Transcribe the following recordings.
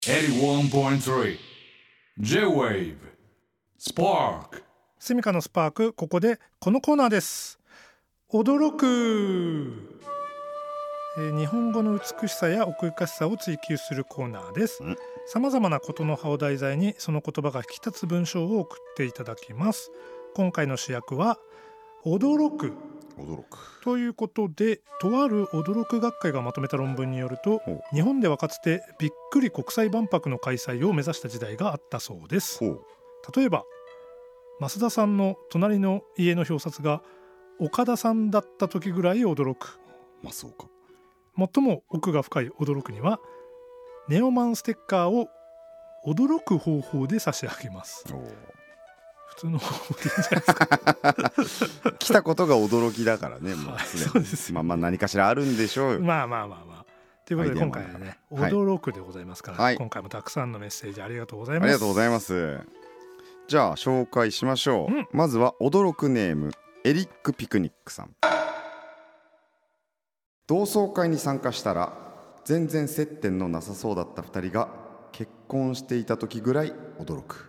81.3 J-Wave Spark スミカのスパーク。ここでこのコーナーです。驚く、日本語の美しさや奥ゆかしさを追求するコーナーです。さまざまなことの葉を題材にその言葉が引き立つ文章を送っていただきます。今回の主役は驚くということで、とある驚く学会がまとめた論文によると、日本ではかつてびっくり国際万博の開催を目指した時代があったそうです。例えば増田さんの隣の家の表札が岡田さんだった時ぐらい驚く。 そうか。 最も奥が深い驚くにはネオマンステッカーを驚く方法で差し上げます。普通の方法でいいんじゃないですか来たことが驚きだからね。もうそうですよ。 何かしらあるんでしょうよ。 まあということで今回はね、驚くでございますから、今回もたくさんのメッセージありがとうございます。 ありがとうございます。じゃあ紹介しましょう。まずは驚くネームエリックピクニックさん。同窓会に参加したら全然接点のなさそうだった2人が結婚していた時ぐらい驚く。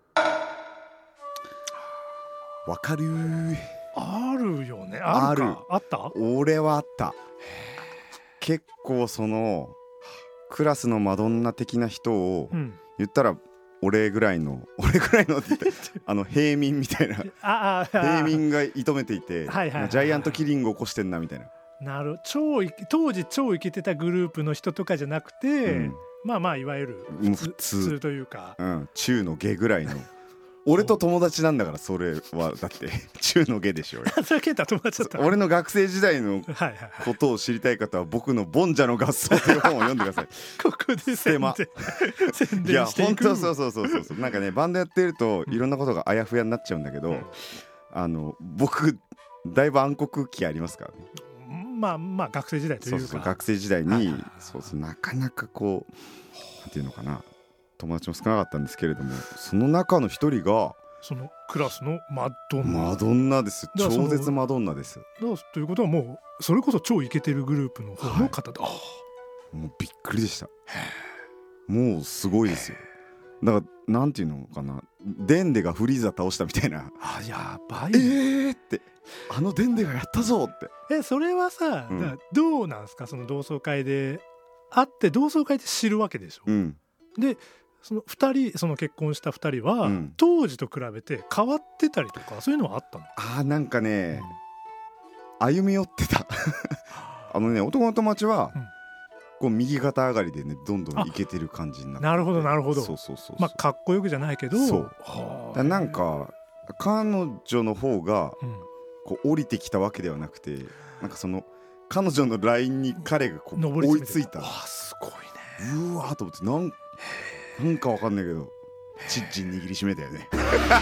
わかる。 あるよね。あった。 俺はあった。結構そのクラスのマドンナ的な人を、言ったら俺ぐらいのって言って平民みたいな平民が射止めていて、ジャイアントキリング起こしてんなみたいな。 当時超イケてたグループの人とかじゃなくて、まあいわゆる普通というか、 中の下ぐらいの俺と友達なんだから。それはだって中の下でしょ。 それケンタ友達だった。 俺の学生時代のことを知りたい方は僕のボンジャの合奏という本を読んでくださいここで宣伝していく。 いや本当そうなんかね、バンドやってるといろんなことがあやふやになっちゃうんだけど、僕だいぶ暗黒期ありますからね。 まあ学生時代というか、 そう学生時代になかなかこうなんていうのかな、友達も少なかったんですけれども、その中の一人がそのクラスのマドンナです。超絶マドンナです。 ということはもうそれこそ超イケてるグループの方の方だ。 もうびっくりでした。もうすごいですよ。だからなんていうのかな、デンデがフリーザ倒したみたいな。 やばい。 ってデンデがやったぞって。 それはさ、どうなんですか。その同窓会で会って同窓会で知るわけでしょ。でその2人、その結婚した2人は、当時と比べて変わってたりとかそういうのはあったの？ なんかね、歩み寄ってた男の友達は、こう右肩上がりでね、どんどんイケてる感じになって。 なるほど。 そうかっこよくじゃないけど、 なんか彼女の方がこう降りてきたわけではなくて、なんかその彼女のラインに彼がこう追いついた。 すごいね。 うわーと思って、なんかわかんないけどチッチン握りしめたよね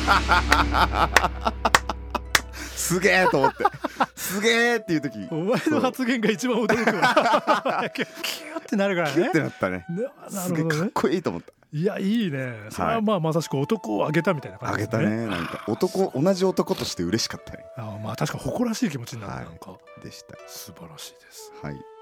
すげえと思ってすげえっていう時、 お前の発言が一番驚くわキューってなるからね。 キューってなったね。すげえかっこいいと思った。 いや、いいね。それはまさしく男をあげたみたいな感じですね。 あげたね。なんか同じ男として嬉しかったね。 確か誇らしい気持ちになる。なんかでした。 素晴らしいです。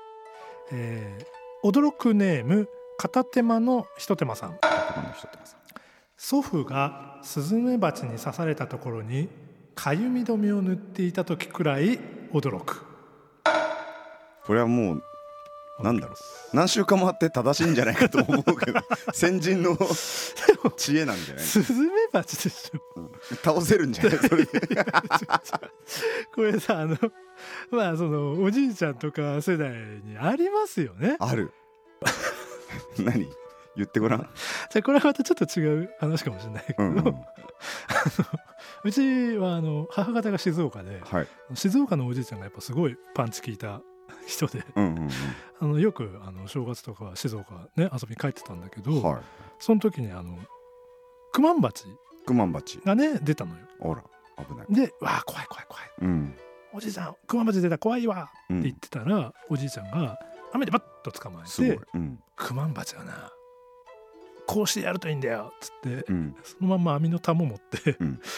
驚くネーム片手間のひと手間さん。祖父がスズメバチに刺されたところにかゆみ止めを塗っていた時くらい驚く。 これはもうなんだろう、何週間もあって正しいんじゃないかと思うけど先人の知恵なんじゃない？ スズメバチでしょ、 倒せるんじゃないそれでこれさ、そのおじいちゃんとか世代にありますよね。 ある何言ってごらん。 じゃあこれはまたちょっと違う話かもしれないけど、うちは母方が静岡で、静岡のおじいちゃんがやっぱすごいパンチ効いた人で、よく正月とか静岡ね遊びに帰ってたんだけど、その時にクマンバチがね出たのよ。 あら危ない。 でわあ怖い、おじいちゃんクマンバチ出た怖いわって言ってたら、おじいちゃんが雨でバッと捕まえて、クマンバチはなこうしてやるといいんだよっつって、そのまんま網の玉持って、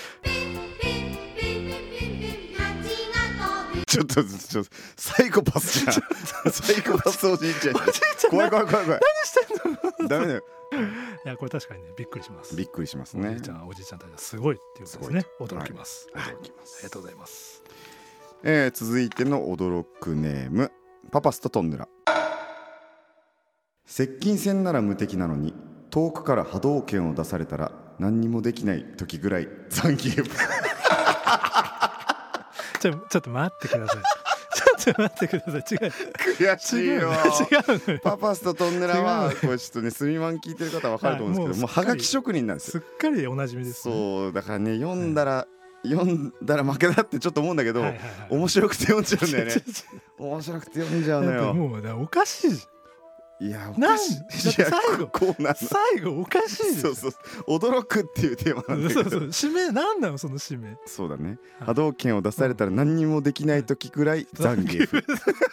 ちょっとサイコパスじゃんサイコパスおじいちゃん。怖い。 何してんの？ ダメだよ。 いやこれ確かにねびっくりします。 びっくりしますおじね。 いちゃんおじいちゃんたちはすごいっていうことですね。 すごい驚きます、 はい驚きますありがとうございます。 続いての驚くネーム、パパスとトンネラ。接近戦なら無敵なのに遠くから波動拳を出されたら何にもできない時ぐらい残ゲーム。 ちょっと待ってください。ちょっと待ってください。違う悔しいよ。 違うのよ。 パパスとトンネラは違うこれちょっとねスミマン聞いてる方は分かると思うんですけど、もうはがき職人なんですよ。 すっかりおなじみですね。 そうだからね読んだら負けだってちょっと思うんだけど、 はいはいはい面白くて読んじゃうんだよね。面白くて読んじゃうのだってよ。 もうおかしいじいやゃん。 おかしい。 だって最後こうなの。 最後おかしいじゃん。 そう驚くっていうテーマなんだけど。 そう締めなんなのその締め。 そうだね。 はい波動拳を出されたら何にもできない時くらい残ゲーム。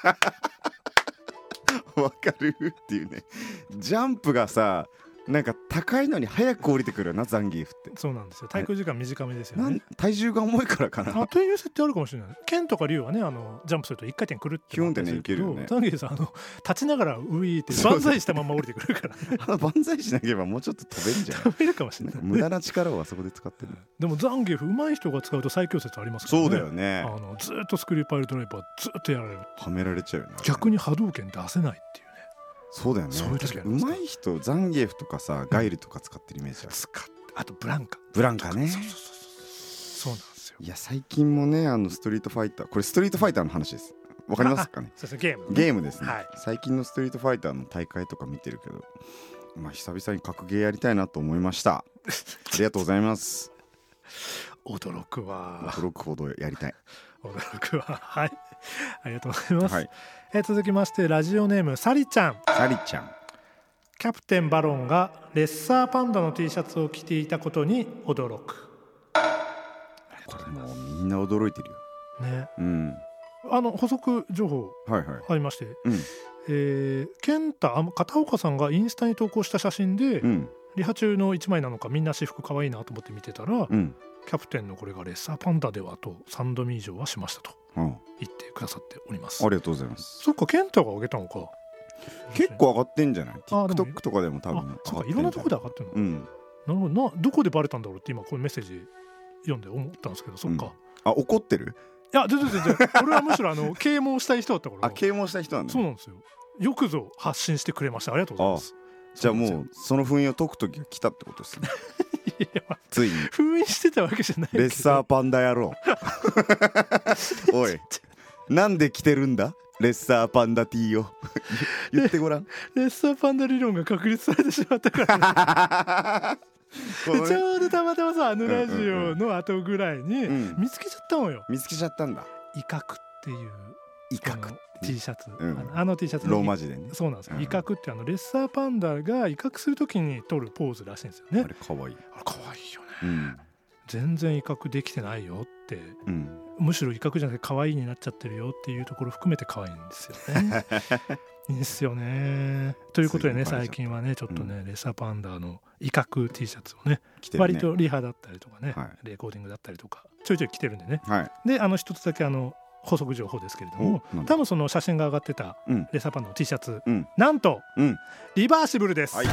わかるっていうね。ジャンプがさなんか高いのに早く降りてくるよなザンギーフって。 そうなんですよ。滞空時間短めですよね。 体重が重いからかな。 という設定あるかもしれない。剣とか竜はねジャンプすると一回転くるってヒュンってねいけるよね。 ザンギーさん立ちながらウィーって万歳したまま降りてくるから万歳しなければもうちょっと飛べんじゃん。 飛べるかもしれない。 無駄な力をあそこで使ってる。 でもザンギーフ上手い人が使うと最強説ありますからね。 そうだよね。 ずっとスクリューパイルドライバーずっとやられる。 はめられちゃうよね。 逆に波動拳出せないっていうね。 そうだよね。 そういう時ありますか。 上手い人ザンゲーフとかさガイルとか使ってるイメージある。 あとブランカね。そうなんですよ。 いや最近もねストリートファイターこれストリートファイターの話です。わかりますかね。 そうですねゲームですね、 はい、 最近のストリートファイターの大会とか見てるけどまあ久々に格ゲーやりたいなと思いました。ありがとうございます。 驚くわ。 驚くほどやりたい。 驚くわ。はいありがとうございます、 はい続きましてラジオネームサリちゃん。 サリちゃん。 キャプテンバロンがレッサーパンダの T シャツを着ていたことに驚く。 これもうみんな驚いてるよね。 うん補足情報はいはいありまして、 うん健太片岡さんがインスタに投稿した写真で、 うんリハ中の1枚なのかみんな私服可愛いなと思って見てたら、 うんキャプテンのこれがレッサーパンダではと3度目以上はしましたとうん言ってくださっております。 ありがとうございます。 そっか健太が上げたのか。 結構上がってんじゃない？ でも TikTok とかでも多分上がってんじゃそうかいろんなとこで上がってるの、 うんなるほどどこでバレたんだろうって今これメッセージ読んで思ったんですけど、そっか、 あ怒ってる？ いや全然俺はむしろ啓蒙したい人だったから啓蒙した人なんだ。 そうなんですよ。よくぞ発信してくれました。ありがとうございます。 じゃあもうその封印を解く時が来たってことですね。 いやついに封印してたわけじゃないけどレッサーパンダ野郎おいなんで着てるんだレッサーパンダ T を言ってごらん。 レッサーパンダ理論が確立されてしまったからねちょうどたまたまさラジオの後ぐらいに見つけちゃったのよ。 見つけちゃったんだ。 威嚇っていう威嚇 T シャツ、T シャツローマ字でね。 そうなんですよ、威嚇ってレッサーパンダが威嚇するときに取るポーズらしいんですよね。 あれかわいい。 あれかわいいよね、全然威嚇できてないよって、 うんむしろ威嚇じゃなくて可愛いになっちゃってるよっていうところ含めて可愛いんですよねいいですよね。ということでね最近はねちょっとね、レッサーパンダの威嚇 T シャツをね割とリハだったりとかね、レコーディングだったりとかちょいちょい着てるんでね、で一つだけ補足情報ですけれども、多分その写真が上がってたレッサーパンダの T シャツ、なんと、リバーシブルです。はい、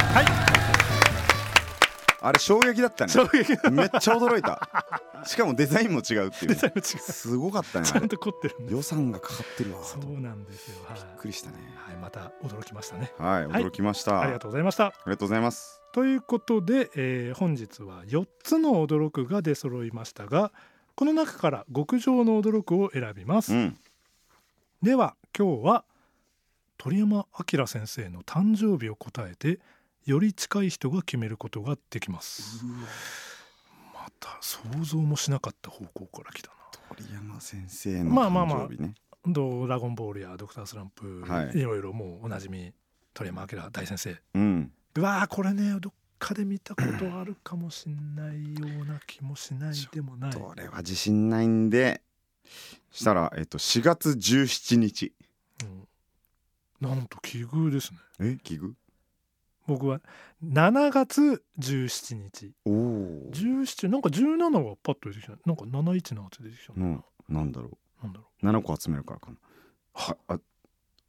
あれ衝撃だったね。 衝撃めっちゃ驚いた。しかもデザインも違うっていう、 デザインも違う、 すごかったね。 ちゃんと凝ってるんです。 予算がかかってるわ。 そうなんですよ、 びっくりしたね。 はい、また驚きましたね。 はい、驚きました、 ありがとうございました。 ありがとうございます。 ということで、本日は4つの驚くが出揃いましたが、この中から極上の驚くを選びます、では今日は鳥山明先生の誕生日を答えてより近い人が決めることができます。また想像もしなかった方向から来たな。 鳥山先生の誕生日ね、 ドラゴンボールやドクタースランプ、いろいろもうおなじみ鳥山明大先生、うわこれねどっかで見たことあるかもしんないような気もしないでもない。 これは自信ないんでしたら、4月17日、 なんと奇遇ですね。 奇遇？ 僕は7月17日。17なんか17はパッと出てきた。なんか71のやつ出てきた。 なんだろう7個集めるからかな。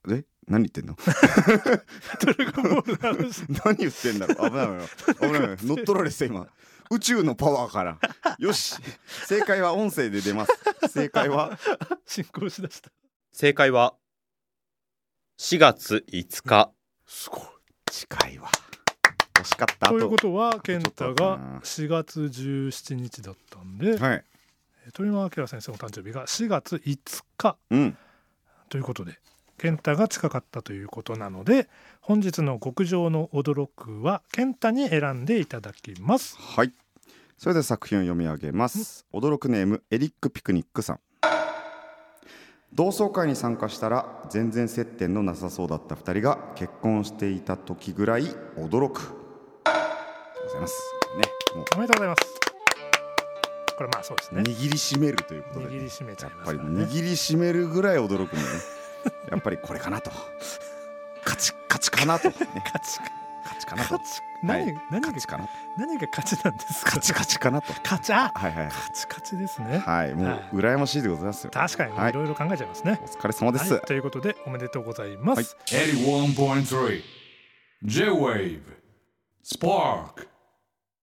何言ってんのドラゴンボールの話何言ってんだろう。危ない乗っ取られてた今。宇宙のパワーからよし、正解は音声で出ます。正解は進行しだした。 正解は4月5日。 すごい近いわ。惜しかった。 ということは健太がちょっとな 4月17日だったんで、 はい。 鳥間明先生の誕生日が4月5日うん。 ということで健太が近かったということなので、本日の極上の驚くは健太に選んでいただきます。 はい。それでは作品を読み上げます。驚くネームエリックピクニックさん。同窓会に参加したら全然接点のなさそうだった2人が結婚していた時ぐらい驚く。ありがとうございますね。もうおめでとうございます。これまあそうですね、 握りしめるということで、 握りしめちゃいまやっぱりすからね。 握りしめるぐらい驚くのね。やっぱりこれかなと、勝ちかなと、ね、 勝ち勝ちかなと、 何が勝ちかなと、 何が勝ちなんですか。 勝ちかなと、 勝ちはいはい勝ちですね。 はい、もう羨ましいでございますよ。 確かにはいいろいろ考えちゃいますね。 お疲れ様です。 はい、ということでおめでとうございます。 81.3 J-Wave Spark